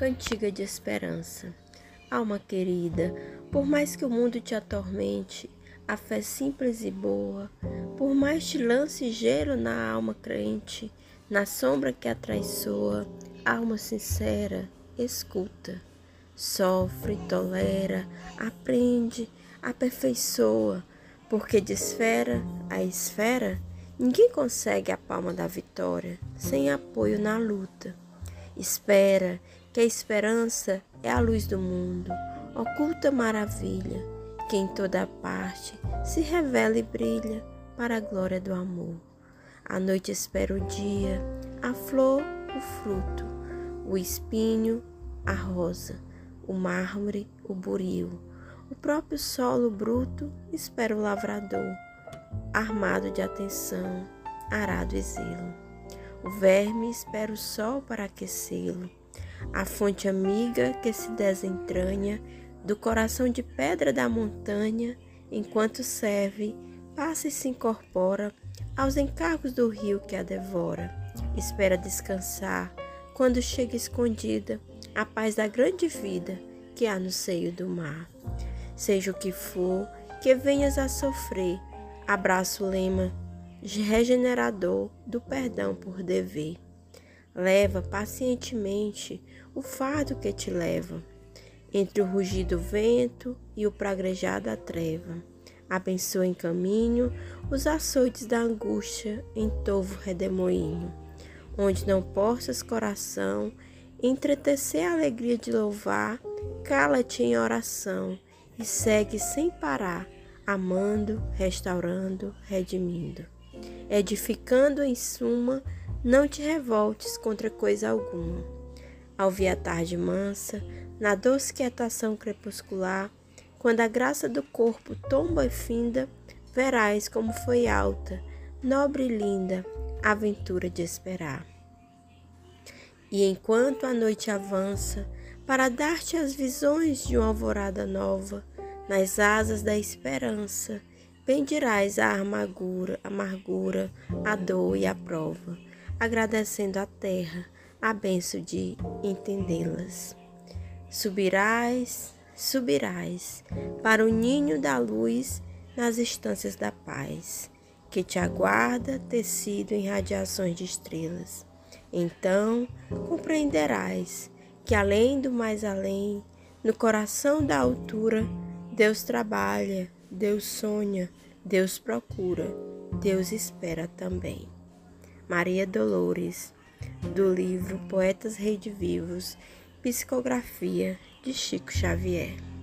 Cantiga de esperança. Alma querida, por mais que o mundo te atormente, a fé simples e boa, por mais te lance gelo na alma crente, na sombra que atraiçoa, alma sincera, escuta. Sofre, tolera, aprende, aperfeiçoa, porque de esfera a esfera, ninguém consegue a palma da vitória sem apoio na luta. Espera, que a esperança é a luz do mundo, oculta maravilha, que em toda parte se revela e brilha para a glória do amor. A noite espera o dia, a flor, o fruto, o espinho, a rosa, o mármore, o buril, o próprio solo bruto espera o lavrador, armado de atenção, arado e zelo. O verme espera o sol para aquecê-lo, a fonte amiga que se desentranha do coração de pedra da montanha, enquanto serve, passa e se incorpora aos encargos do rio que a devora. Espera descansar, quando chega escondida a paz da grande vida que há no seio do mar. Seja o que for que venhas a sofrer, abraça o lema regenerador do perdão por dever. Leva pacientemente o fardo que te leva, entre o rugir do vento e o praguejar da treva. Abençoa em caminho os açoites da angústia em torvo redemoinho, onde não possas, coração, entretecer a alegria de louvar, cala-te em oração e segue sem parar, amando, restaurando, redimindo. Edificando em suma, não te revoltes contra coisa alguma. Ao vir a tarde mansa, na doce quietação crepuscular, quando a graça do corpo tomba e finda, verás como foi alta, nobre e linda, a aventura de esperar. E enquanto a noite avança, para dar-te as visões de uma alvorada nova, nas asas da esperança, bendirás a amargura, a dor e a prova, agradecendo à terra a bênção de entendê-las. Subirás para o ninho da luz nas instâncias da paz, que te aguarda tecido em radiações de estrelas. Então compreenderás que além do mais além, no coração da altura, Deus trabalha, Deus sonha, Deus procura, Deus espera também. Maria Dolores, do livro Poetas Redivivos, psicografia de Chico Xavier.